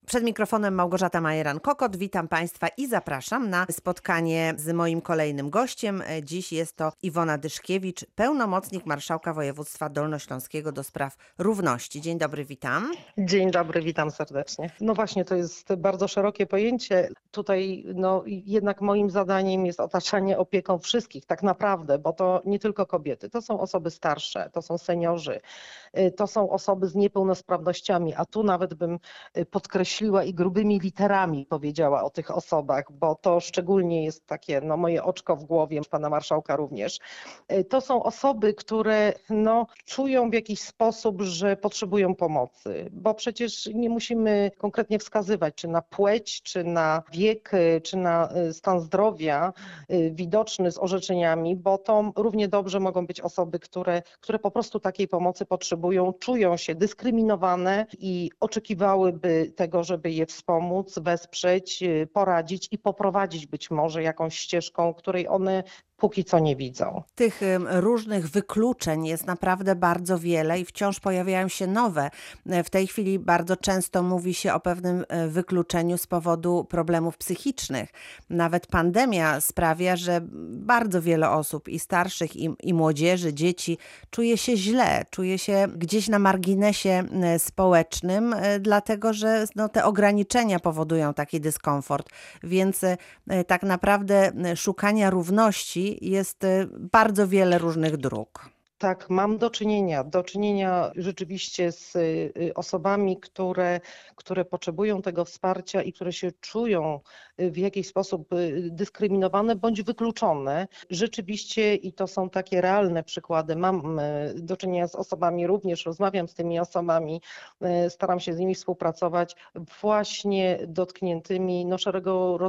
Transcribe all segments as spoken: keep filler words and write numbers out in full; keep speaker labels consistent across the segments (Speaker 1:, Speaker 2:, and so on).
Speaker 1: Przed mikrofonem Małgorzata Majeran-Kokot. Witam Państwa i zapraszam na spotkanie z moim kolejnym gościem. Dziś jest to Iwona Dyszkiewicz, pełnomocnik Marszałka Województwa Dolnośląskiego do spraw równości. Dzień dobry, witam.
Speaker 2: Dzień dobry, witam serdecznie. No właśnie, to jest bardzo szerokie pojęcie. Tutaj no, jednak moim zadaniem jest otaczanie opieką wszystkich tak naprawdę, bo to nie tylko kobiety, to są osoby starsze, to są seniorzy, to są osoby z niepełnosprawnościami, a tu nawet bym podkreśliła i grubymi literami powiedziała o tych osobach, bo to szczególnie jest takie no, moje oczko w głowie, pana marszałka również. To są osoby, które no, czują w jakiś sposób, że potrzebują pomocy, bo przecież nie musimy konkretnie wskazywać, czy na płeć, czy na wiek, czy na stan zdrowia widoczny z orzeczeniami, bo to równie dobrze mogą być osoby, które, które po prostu takiej pomocy potrzebują, czują się dyskryminowane i oczekiwałyby tego, żeby je wspomóc, wesprzeć, poradzić i poprowadzić być może jakąś ścieżką, której one póki co nie widzą.
Speaker 1: Tych różnych wykluczeń jest naprawdę bardzo wiele i wciąż pojawiają się nowe. W tej chwili bardzo często mówi się o pewnym wykluczeniu z powodu problemów psychicznych. Nawet pandemia sprawia, że bardzo wiele osób i starszych, i, i młodzieży, dzieci czuje się źle, czuje się gdzieś na marginesie społecznym, dlatego że no, te ograniczenia powodują taki dyskomfort. Więc tak naprawdę szukania równości jest bardzo wiele różnych dróg.
Speaker 2: Tak, mam do czynienia, do czynienia rzeczywiście z osobami, które, które potrzebują tego wsparcia i które się czują w jakiś sposób dyskryminowane bądź wykluczone. Rzeczywiście i to są takie realne przykłady. Mam do czynienia z osobami, również rozmawiam z tymi osobami, staram się z nimi współpracować, właśnie dotkniętymi no, szeregu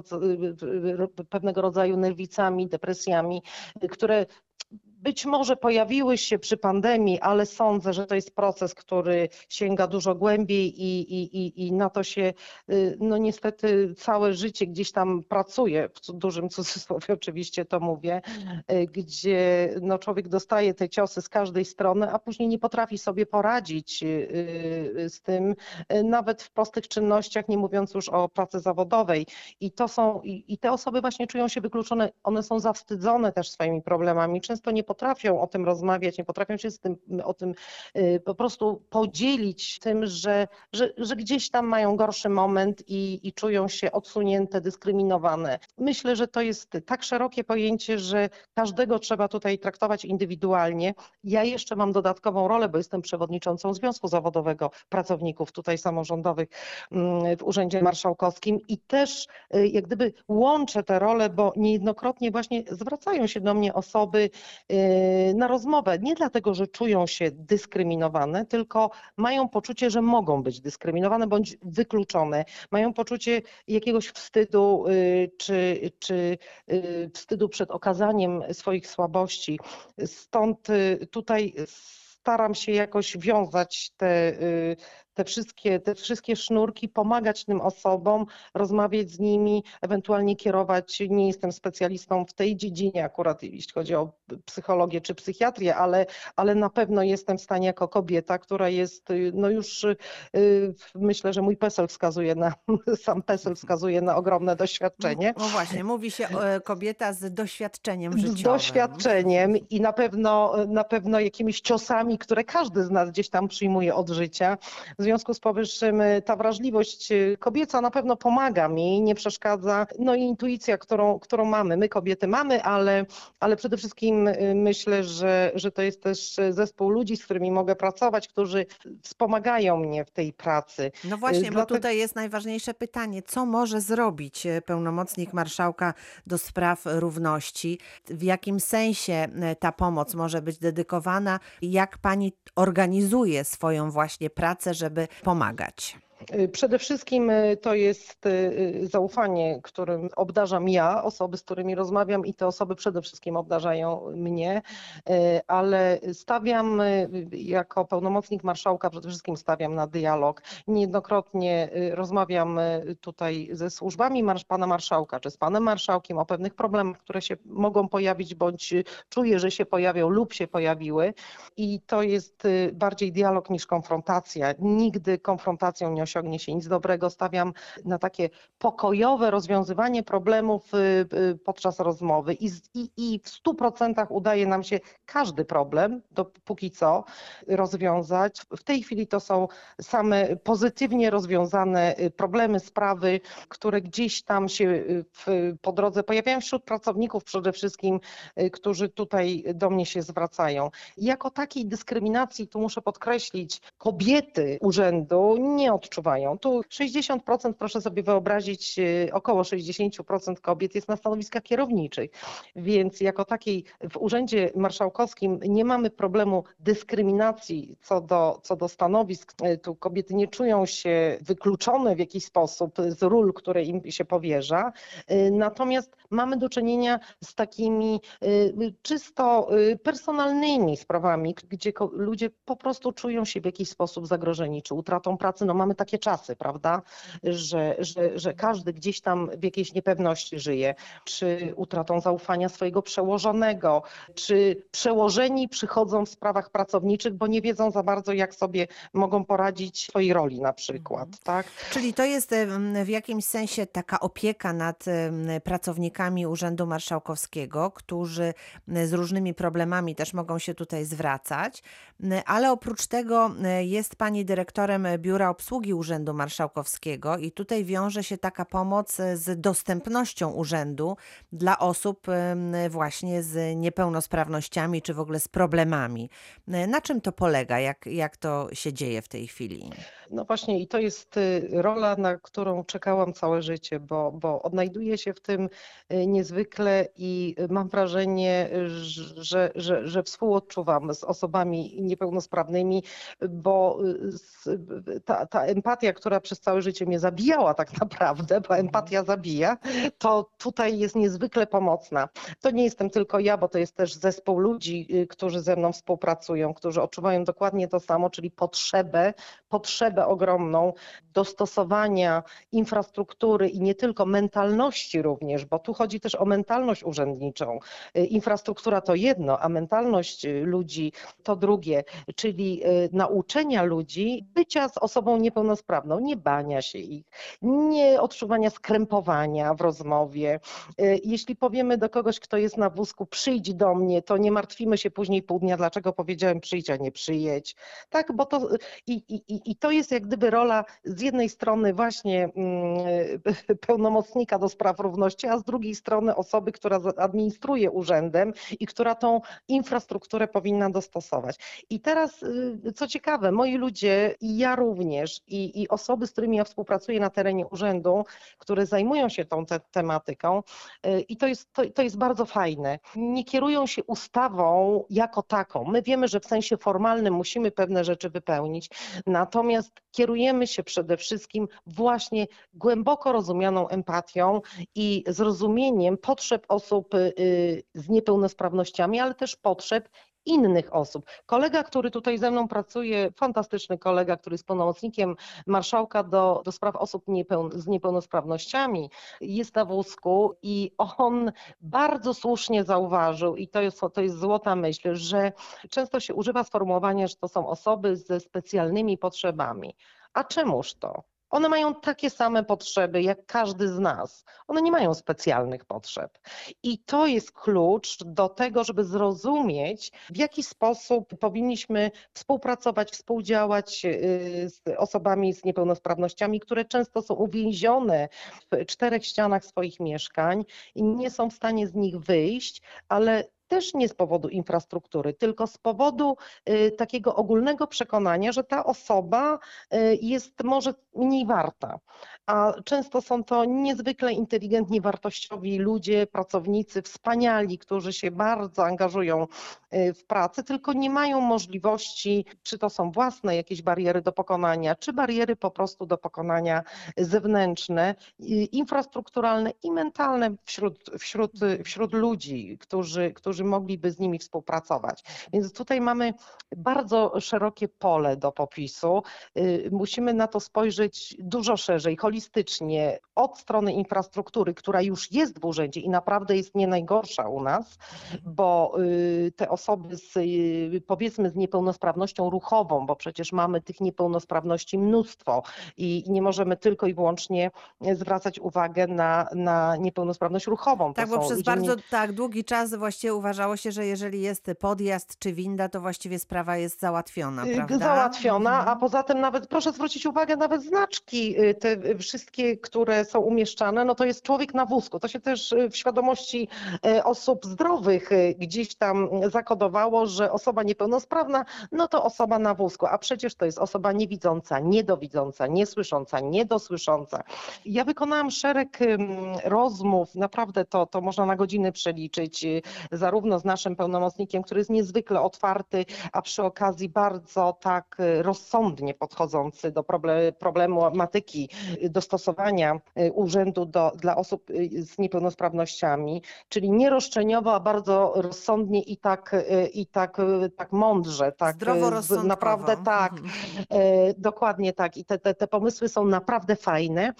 Speaker 2: pewnego rodzaju nerwicami, depresjami, które być może pojawiły się przy pandemii, ale sądzę, że to jest proces, który sięga dużo głębiej i, i, i, i na to się no niestety całe życie gdzieś tam pracuje, w dużym cudzysłowie oczywiście to mówię, gdzie no człowiek dostaje te ciosy z każdej strony, a później nie potrafi sobie poradzić z tym, nawet w prostych czynnościach, nie mówiąc już o pracy zawodowej. I to są, i, i te osoby właśnie czują się wykluczone, one są zawstydzone też swoimi problemami, często nie potrafią o tym rozmawiać, nie potrafią się z tym, o tym po prostu podzielić tym, że, że, że gdzieś tam mają gorszy moment i, i czują się odsunięte, dyskryminowane. Myślę, że to jest tak szerokie pojęcie, że każdego trzeba tutaj traktować indywidualnie. Ja jeszcze mam dodatkową rolę, bo jestem przewodniczącą Związku Zawodowego Pracowników tutaj samorządowych w Urzędzie Marszałkowskim i też jak gdyby łączę te role, bo niejednokrotnie właśnie zwracają się do mnie osoby na rozmowę, nie dlatego, że czują się dyskryminowane, tylko mają poczucie, że mogą być dyskryminowane bądź wykluczone. Mają poczucie jakiegoś wstydu czy, czy wstydu przed okazaniem swoich słabości. Stąd tutaj staram się jakoś wiązać te, te, wszystkie, te wszystkie sznurki, pomagać tym osobom, rozmawiać z nimi, ewentualnie kierować. Nie jestem specjalistą w tej dziedzinie akurat, jeśli chodzi o psychologię czy psychiatrię, ale, ale na pewno jestem w stanie jako kobieta, która jest, no już myślę, że mój PESEL wskazuje na, sam PESEL wskazuje na ogromne doświadczenie.
Speaker 1: No właśnie, mówi się o kobieta z doświadczeniem życiowym.
Speaker 2: Z doświadczeniem i na pewno, na pewno jakimiś ciosami, które każdy z nas gdzieś tam przyjmuje od życia. W związku z powyższym ta wrażliwość kobieca na pewno pomaga mi, nie przeszkadza. No i intuicja, którą, którą mamy, my kobiety mamy, ale, ale przede wszystkim myślę, że, że to jest też zespół ludzi, z którymi mogę pracować, którzy wspomagają mnie w tej pracy.
Speaker 1: No właśnie,
Speaker 2: Dlatego...
Speaker 1: bo tutaj jest najważniejsze pytanie, co może zrobić pełnomocnik marszałka do spraw równości? W jakim sensie ta pomoc może być dedykowana? Jak pani organizuje swoją właśnie pracę, żeby pomagać?
Speaker 2: Przede wszystkim to jest zaufanie, którym obdarzam ja, osoby, z którymi rozmawiam i te osoby przede wszystkim obdarzają mnie, ale stawiam jako pełnomocnik marszałka, przede wszystkim stawiam na dialog. Niejednokrotnie rozmawiam tutaj ze służbami pana marszałka, czy z panem marszałkiem o pewnych problemach, które się mogą pojawić, bądź czuję, że się pojawią lub się pojawiły i to jest bardziej dialog niż konfrontacja. Nigdy konfrontacją nie osiągnie się nic dobrego. Stawiam na takie pokojowe rozwiązywanie problemów podczas rozmowy i, i, i w stu procentach udaje nam się każdy problem, dopóki co, rozwiązać. W tej chwili to są same pozytywnie rozwiązane problemy, sprawy, które gdzieś tam się w, po drodze pojawiają wśród pracowników przede wszystkim, którzy tutaj do mnie się zwracają. Jako takiej dyskryminacji, tu muszę podkreślić, kobiety urzędu nie odczuwają. Tu sześćdziesiąt procent, proszę sobie wyobrazić, około sześćdziesiąt procent kobiet jest na stanowiskach kierowniczych, więc jako takiej w Urzędzie Marszałkowskim nie mamy problemu dyskryminacji co do, co do stanowisk. Tu kobiety nie czują się wykluczone w jakiś sposób z ról, które im się powierza. Natomiast mamy do czynienia z takimi czysto personalnymi sprawami, gdzie ludzie po prostu czują się w jakiś sposób zagrożeni, czy utratą pracy. No mamy takie czasy, prawda, że, że, że każdy gdzieś tam w jakiejś niepewności żyje, czy utratą zaufania swojego przełożonego, czy przełożeni przychodzą w sprawach pracowniczych, bo nie wiedzą za bardzo, jak sobie mogą poradzić w swojej roli na przykład, tak?
Speaker 1: Czyli to jest w jakimś sensie taka opieka nad pracownikami Urzędu Marszałkowskiego, którzy z różnymi problemami też mogą się tutaj zwracać, ale oprócz tego jest pani dyrektorem Biura Obsługi Urzędu Marszałkowskiego i tutaj wiąże się taka pomoc z dostępnością urzędu dla osób właśnie z niepełnosprawnościami czy w ogóle z problemami. Na czym to polega? Jak, jak to się dzieje w tej chwili?
Speaker 2: No właśnie i to jest rola, na którą czekałam całe życie, bo, bo odnajduję się w tym niezwykle i mam wrażenie, że, że, że współodczuwam z osobami niepełnosprawnymi, bo ta, ta empatia, która przez całe życie mnie zabijała tak naprawdę, bo empatia zabija, to tutaj jest niezwykle pomocna. To nie jestem tylko ja, bo to jest też zespół ludzi, którzy ze mną współpracują, którzy odczuwają dokładnie to samo, czyli potrzebę, potrzebę ogromną dostosowania infrastruktury i nie tylko mentalności również, bo tu chodzi też o mentalność urzędniczą. Infrastruktura to jedno, a mentalność ludzi to drugie, czyli nauczenia ludzi bycia z osobą niepełnosprawną, nie bania się ich, nie odczuwania skrępowania w rozmowie. Jeśli powiemy do kogoś, kto jest na wózku, przyjdź do mnie, to nie martwimy się później pół dnia, dlaczego powiedziałem przyjdź, a nie przyjedź. Tak, bo to i, i, i to jest jak gdyby rola z jednej strony właśnie pełnomocnika do spraw równości, a z drugiej strony osoby, która administruje urzędem i która tą infrastrukturę powinna dostosować. I teraz, co ciekawe, moi ludzie i ja również i, i osoby, z którymi ja współpracuję na terenie urzędu, które zajmują się tą te tematyką i to jest, to, to jest bardzo fajne, nie kierują się ustawą jako taką. My wiemy, że w sensie formalnym musimy pewne rzeczy wypełnić, natomiast kierujemy się przede wszystkim właśnie głęboko rozumianą empatią i zrozumieniem potrzeb osób z niepełnosprawnościami, ale też potrzeb innych osób. Kolega, który tutaj ze mną pracuje, fantastyczny kolega, który jest pełnomocnikiem marszałka do, do spraw osób niepeł, z niepełnosprawnościami, jest na wózku i on bardzo słusznie zauważył, i to jest, to jest złota myśl, że często się używa sformułowania, że to są osoby ze specjalnymi potrzebami. A czemuż to? One mają takie same potrzeby jak każdy z nas. One nie mają specjalnych potrzeb. I to jest klucz do tego, żeby zrozumieć, w jaki sposób powinniśmy współpracować, współdziałać z osobami z niepełnosprawnościami, które często są uwięzione w czterech ścianach swoich mieszkań i nie są w stanie z nich wyjść, ale też nie z powodu infrastruktury, tylko z powodu y, takiego ogólnego przekonania, że ta osoba y, jest może mniej warta. A często są to niezwykle inteligentni, wartościowi ludzie, pracownicy, wspaniali, którzy się bardzo angażują y, w pracę, tylko nie mają możliwości, czy to są własne jakieś bariery do pokonania, czy bariery po prostu do pokonania zewnętrzne, y, infrastrukturalne i mentalne wśród, wśród, wśród ludzi, którzy, którzy którzy mogliby z nimi współpracować. Więc tutaj mamy bardzo szerokie pole do popisu. Musimy na to spojrzeć dużo szerzej, holistycznie, od strony infrastruktury, która już jest w urzędzie i naprawdę jest nie najgorsza u nas, bo te osoby z, powiedzmy, z niepełnosprawnością ruchową, bo przecież mamy tych niepełnosprawności mnóstwo i nie możemy tylko i wyłącznie zwracać uwagę na, na niepełnosprawność ruchową. To
Speaker 1: Tak, bo
Speaker 2: są
Speaker 1: przez
Speaker 2: ludzie
Speaker 1: bardzo
Speaker 2: nie...
Speaker 1: tak długi czas właściwie uważało się, że jeżeli jest podjazd czy winda, to właściwie sprawa jest załatwiona, prawda?
Speaker 2: Załatwiona,
Speaker 1: Mhm.
Speaker 2: a poza tym nawet, proszę zwrócić uwagę, nawet znaczki, te wszystkie, które są umieszczane, no to jest człowiek na wózku. To się też w świadomości osób zdrowych gdzieś tam zakodowało, że osoba niepełnosprawna, no to osoba na wózku, a przecież to jest osoba niewidząca, niedowidząca, niesłysząca, niedosłysząca. Ja wykonałam szereg rozmów, naprawdę to, to można na godziny przeliczyć, zarówno z naszym pełnomocnikiem, który jest niezwykle otwarty, a przy okazji bardzo tak rozsądnie podchodzący do problematyki dostosowania urzędu do, dla osób z niepełnosprawnościami, czyli nie roszczeniowo, a bardzo rozsądnie i tak, i tak, tak mądrze. Tak,
Speaker 1: zdroworozsądkowo.
Speaker 2: Naprawdę tak,
Speaker 1: Mhm.
Speaker 2: dokładnie tak. I te, te, te pomysły są naprawdę fajne.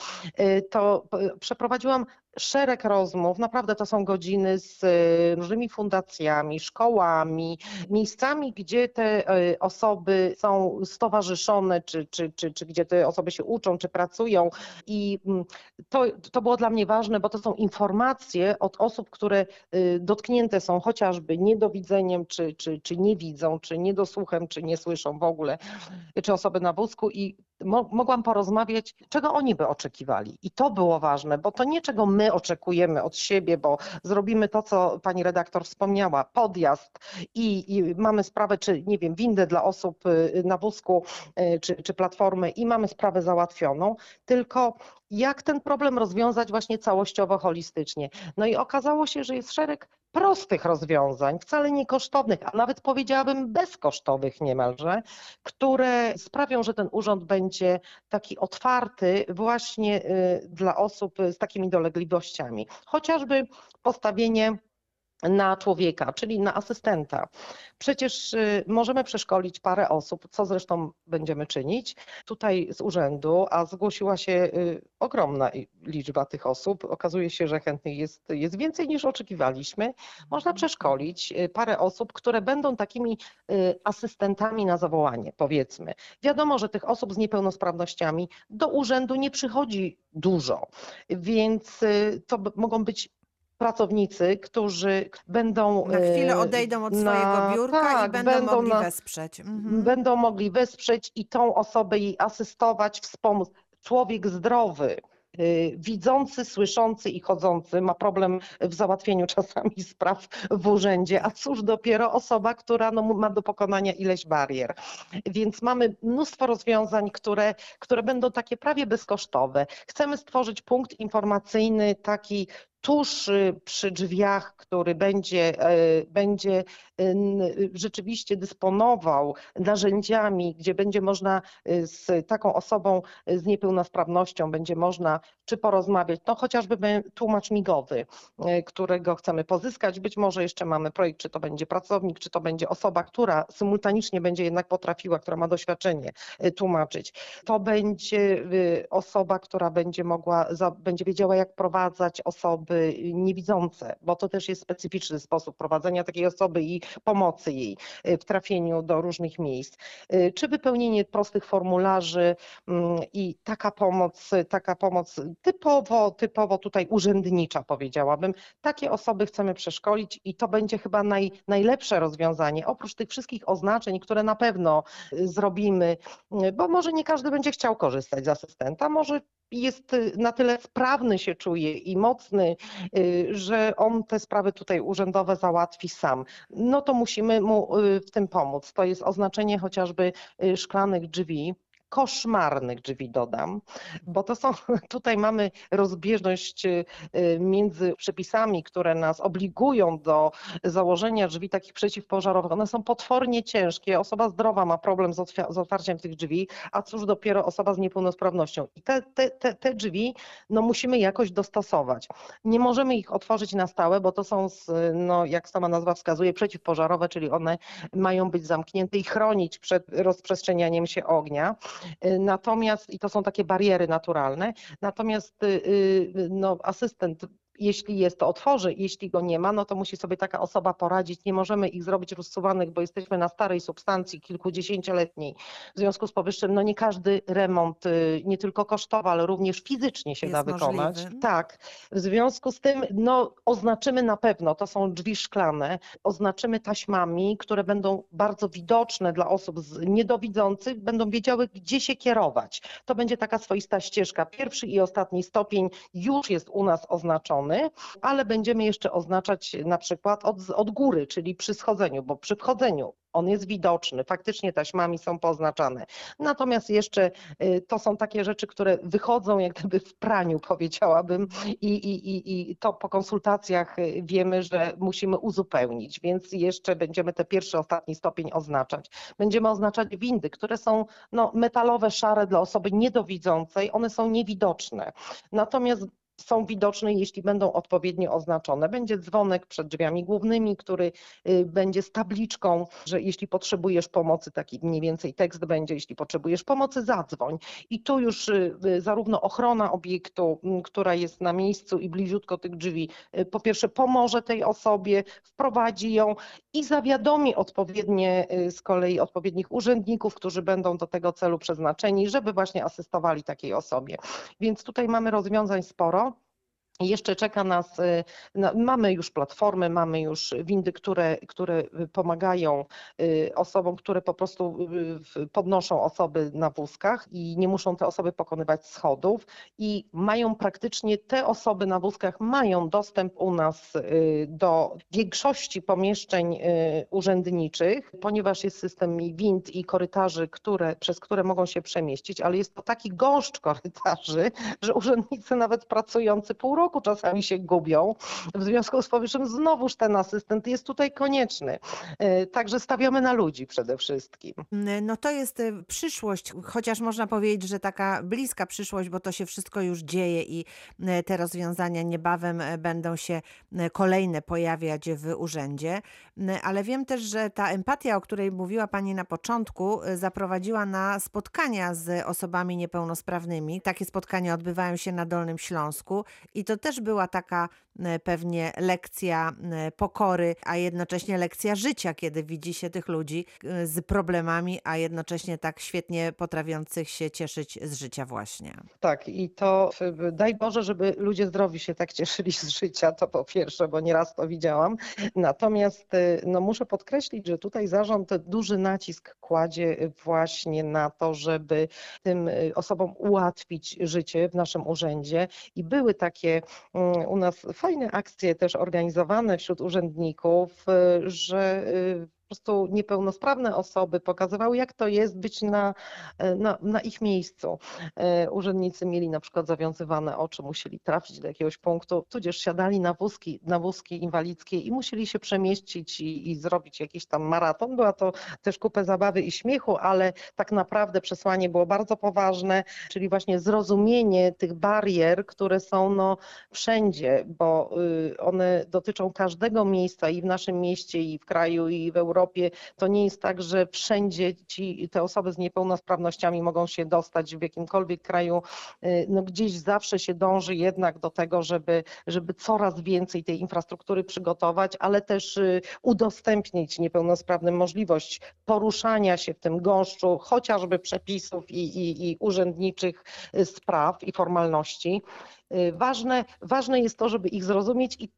Speaker 2: To przeprowadziłam szereg rozmów, naprawdę to są godziny z różnymi fundacjami, szkołami, miejscami, gdzie te osoby są stowarzyszone, czy, czy, czy, czy gdzie te osoby się uczą, czy pracują. I to, to było dla mnie ważne, bo to są informacje od osób, które dotknięte są chociażby niedowidzeniem, czy, czy, czy nie widzą, czy niedosłuchem, czy nie słyszą w ogóle, czy osoby na wózku i mo- mogłam porozmawiać, czego oni by oczekiwali. I to było ważne, bo to nie czego my oczekujemy od siebie, bo zrobimy to, co pani redaktor wspomniała, podjazd i, i mamy sprawę, czy nie wiem, windę dla osób na wózku, czy, czy platformę i mamy sprawę załatwioną, tylko jak ten problem rozwiązać właśnie całościowo, holistycznie. No i okazało się, że jest szereg prostych rozwiązań, wcale nie kosztownych, a nawet powiedziałabym bezkosztowych niemalże, które sprawią, że ten urząd będzie taki otwarty właśnie dla osób z takimi dolegliwościami. Chociażby postawienie na człowieka, czyli na asystenta. Przecież możemy przeszkolić parę osób, co zresztą będziemy czynić tutaj z urzędu, a zgłosiła się ogromna liczba tych osób. Okazuje się, że chętnych jest, jest więcej niż oczekiwaliśmy. Można przeszkolić parę osób, które będą takimi asystentami na zawołanie, powiedzmy. Wiadomo, że tych osób z niepełnosprawnościami do urzędu nie przychodzi dużo, więc to mogą być pracownicy, którzy będą
Speaker 1: Na chwilę odejdą od
Speaker 2: na,
Speaker 1: swojego biurka
Speaker 2: tak,
Speaker 1: i będą,
Speaker 2: będą
Speaker 1: mogli
Speaker 2: na,
Speaker 1: wesprzeć. Mhm.
Speaker 2: będą mogli wesprzeć i tą osobę jej asystować, wspomóc. Człowiek zdrowy, widzący, słyszący i chodzący ma problem w załatwieniu czasami spraw w urzędzie, a cóż dopiero osoba, która no, ma do pokonania ileś barier. Więc mamy mnóstwo rozwiązań, które, które będą takie prawie bezkosztowe. Chcemy stworzyć punkt informacyjny taki tuż przy drzwiach, który będzie, będzie rzeczywiście dysponował narzędziami, gdzie będzie można z taką osobą z niepełnosprawnością, będzie można czy porozmawiać, no chociażby tłumacz migowy, którego chcemy pozyskać. Być może jeszcze mamy projekt, czy to będzie pracownik, czy to będzie osoba, która symultanicznie będzie jednak potrafiła, która ma doświadczenie tłumaczyć. To będzie osoba, która będzie mogła, będzie wiedziała, jak prowadzać osoby niewidzące, bo to też jest specyficzny sposób prowadzenia takiej osoby i pomocy jej w trafieniu do różnych miejsc. Czy wypełnienie prostych formularzy i taka pomoc, taka pomoc typowo, typowo tutaj urzędnicza, powiedziałabym. Takie osoby chcemy przeszkolić i to będzie chyba naj, najlepsze rozwiązanie, oprócz tych wszystkich oznaczeń, które na pewno zrobimy, bo może nie każdy będzie chciał korzystać z asystenta, może jest na tyle sprawny się czuje i mocny, że on te sprawy tutaj urzędowe załatwi sam. No to musimy mu w tym pomóc. To jest oznaczenie chociażby szklanych drzwi, koszmarnych drzwi dodam, bo to są, tutaj mamy rozbieżność y, między przepisami, które nas obligują do założenia drzwi takich przeciwpożarowych. One są potwornie ciężkie. Osoba zdrowa ma problem z, otwia- z otwarciem tych drzwi, a cóż dopiero osoba z niepełnosprawnością. I te, te, te, te drzwi no, musimy jakoś dostosować. Nie możemy ich otworzyć na stałe, bo to są, z, no, jak sama nazwa wskazuje, przeciwpożarowe, czyli one mają być zamknięte i chronić przed rozprzestrzenianiem się ognia. Natomiast, i to są takie bariery naturalne, natomiast no, asystent, jeśli jest, to otworzy, jeśli go nie ma, no to musi sobie taka osoba poradzić. Nie możemy ich zrobić rozsuwanych, bo jesteśmy na starej substancji, kilkudziesięcioletniej. W związku z powyższym, no nie każdy remont nie tylko kosztowo, ale również fizycznie się da
Speaker 1: Jest
Speaker 2: wykonać.
Speaker 1: możliwy.
Speaker 2: Tak, w związku z tym, no oznaczymy na pewno, to są drzwi szklane, oznaczymy taśmami, które będą bardzo widoczne dla osób z- niedowidzących, będą wiedziały, gdzie się kierować. To będzie taka swoista ścieżka. Pierwszy i ostatni stopień już jest u nas oznaczony, ale będziemy jeszcze oznaczać na przykład od, od góry, czyli przy schodzeniu, bo przy wchodzeniu on jest widoczny, faktycznie taśmami są poznaczane. Natomiast jeszcze y, to są takie rzeczy, które wychodzą jak gdyby w praniu, powiedziałabym, i, i, i, i to po konsultacjach y, wiemy, że musimy uzupełnić, więc jeszcze będziemy te pierwszy, ostatni stopień oznaczać. Będziemy oznaczać windy, które są no, metalowe, szare dla osoby niedowidzącej, one są niewidoczne. Natomiast są widoczne, jeśli będą odpowiednio oznaczone. Będzie dzwonek przed drzwiami głównymi, który y, będzie z tabliczką, że jeśli potrzebujesz pomocy, taki mniej więcej tekst będzie, jeśli potrzebujesz pomocy, zadzwoń. I tu już y, y, zarówno ochrona obiektu, y, która jest na miejscu i bliziutko tych drzwi, y, po pierwsze pomoże tej osobie, wprowadzi ją i zawiadomi odpowiednie y, z kolei odpowiednich urzędników, którzy będą do tego celu przeznaczeni, żeby właśnie asystowali takiej osobie. Więc tutaj mamy rozwiązań sporo. Jeszcze czeka nas, y, no, mamy już platformy, mamy już windy, które, które pomagają y, osobom, które po prostu y, podnoszą osoby na wózkach i nie muszą te osoby pokonywać schodów i mają praktycznie, te osoby na wózkach mają dostęp u nas y, do większości pomieszczeń y, urzędniczych, ponieważ jest system i wind i korytarzy, które, przez które mogą się przemieścić, ale jest to taki gąszcz korytarzy, że urzędnicy nawet pracujący pół roku czasami się gubią. W związku z powyższym znowuż ten asystent jest tutaj konieczny. E, Także stawiamy na ludzi przede wszystkim.
Speaker 1: No to jest y, przyszłość, chociaż można powiedzieć, że taka bliska przyszłość, bo to się wszystko już dzieje i y, te rozwiązania niebawem y, będą się y, kolejne pojawiać w urzędzie. Y, Ale wiem też, że ta empatia, o której mówiła Pani na początku, y, zaprowadziła na spotkania z osobami niepełnosprawnymi. Takie spotkania odbywają się na Dolnym Śląsku i to też była taka y, pewnie lekcja y, pokory, a jednocześnie lekcja życia, kiedy widzi się tych ludzi y, z problemami, a jednocześnie tak świetnie potrafiących się cieszyć z życia właśnie.
Speaker 2: Tak, i to y, daj Boże, żeby ludzie zdrowi się tak cieszyli z życia, to po pierwsze, bo nieraz to widziałam. Natomiast y, no, muszę podkreślić, że tutaj zarząd duży nacisk kładzie właśnie na to, żeby tym y, osobom ułatwić życie w naszym urzędzie i były takie mm, u nas fajne akcje też organizowane wśród urzędników, y, że y, po prostu niepełnosprawne osoby pokazywały, jak to jest być na, na, na ich miejscu. E, Urzędnicy mieli na przykład zawiązywane oczy, musieli trafić do jakiegoś punktu, tudzież siadali na wózki, na wózki inwalidzkie i musieli się przemieścić i, i zrobić jakiś tam maraton. Była to też kupę zabawy i śmiechu, ale tak naprawdę przesłanie było bardzo poważne, czyli właśnie zrozumienie tych barier, które są no, wszędzie, bo y, one dotyczą każdego miejsca i w naszym mieście, i w kraju, i w Europie. To nie jest tak, że wszędzie ci, te osoby z niepełnosprawnościami mogą się dostać w jakimkolwiek kraju. Y, No gdzieś zawsze się dąży jednak do tego, żeby, żeby coraz więcej tej infrastruktury przygotować, ale też y, udostępnić niepełnosprawnym możliwość poruszania się w tym gąszczu chociażby przepisów i, i, i urzędniczych y, spraw i formalności. Y, Ważne, ważne jest to, żeby ich zrozumieć i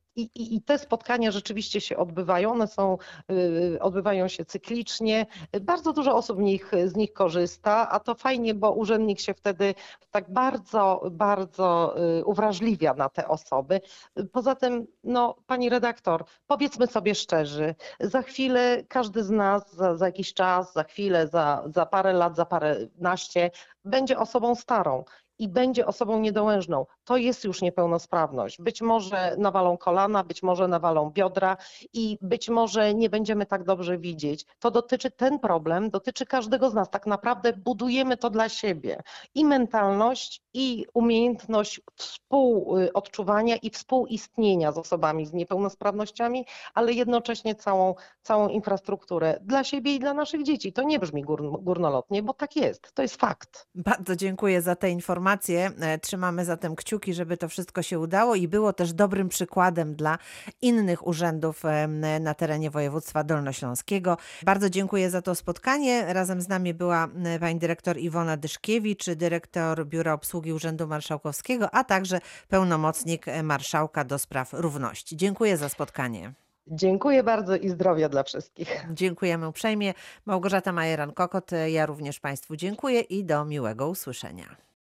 Speaker 2: I, i, I te spotkania rzeczywiście się odbywają, one są, y, odbywają się cyklicznie. Bardzo dużo osób w nich, z nich korzysta, a to fajnie, bo urzędnik się wtedy tak bardzo, bardzo y, uwrażliwia na te osoby. Poza tym, no, pani redaktor, powiedzmy sobie szczerzy, za chwilę każdy z nas, za, za jakiś czas, za chwilę, za, za parę lat, za paręnaście, będzie osobą starą i będzie osobą niedołężną. To jest już niepełnosprawność. Być może nawalą kolana, być może nawalą biodra i być może nie będziemy tak dobrze widzieć. To dotyczy, ten problem dotyczy każdego z nas. Tak naprawdę budujemy to dla siebie. I mentalność, i umiejętność współodczuwania i współistnienia z osobami z niepełnosprawnościami, ale jednocześnie całą, całą infrastrukturę dla siebie i dla naszych dzieci. To nie brzmi gór, górnolotnie, bo tak jest. To jest fakt.
Speaker 1: Bardzo dziękuję za te informacje. E, Trzymamy zatem kciuki, żeby to wszystko się udało i było też dobrym przykładem dla innych urzędów em, na terenie województwa dolnośląskiego. Bardzo dziękuję za to spotkanie. Razem z nami była m, pani dyrektor Iwona Dyszkiewicz, dyrektor Biura Obsługi Urzędu Marszałkowskiego, a także pełnomocnik e, marszałka do spraw równości. Dziękuję za spotkanie.
Speaker 2: Dziękuję bardzo i zdrowia dla wszystkich.
Speaker 1: Dziękujemy uprzejmie. Małgorzata Majeran-Kokot, ja również Państwu dziękuję i do miłego usłyszenia.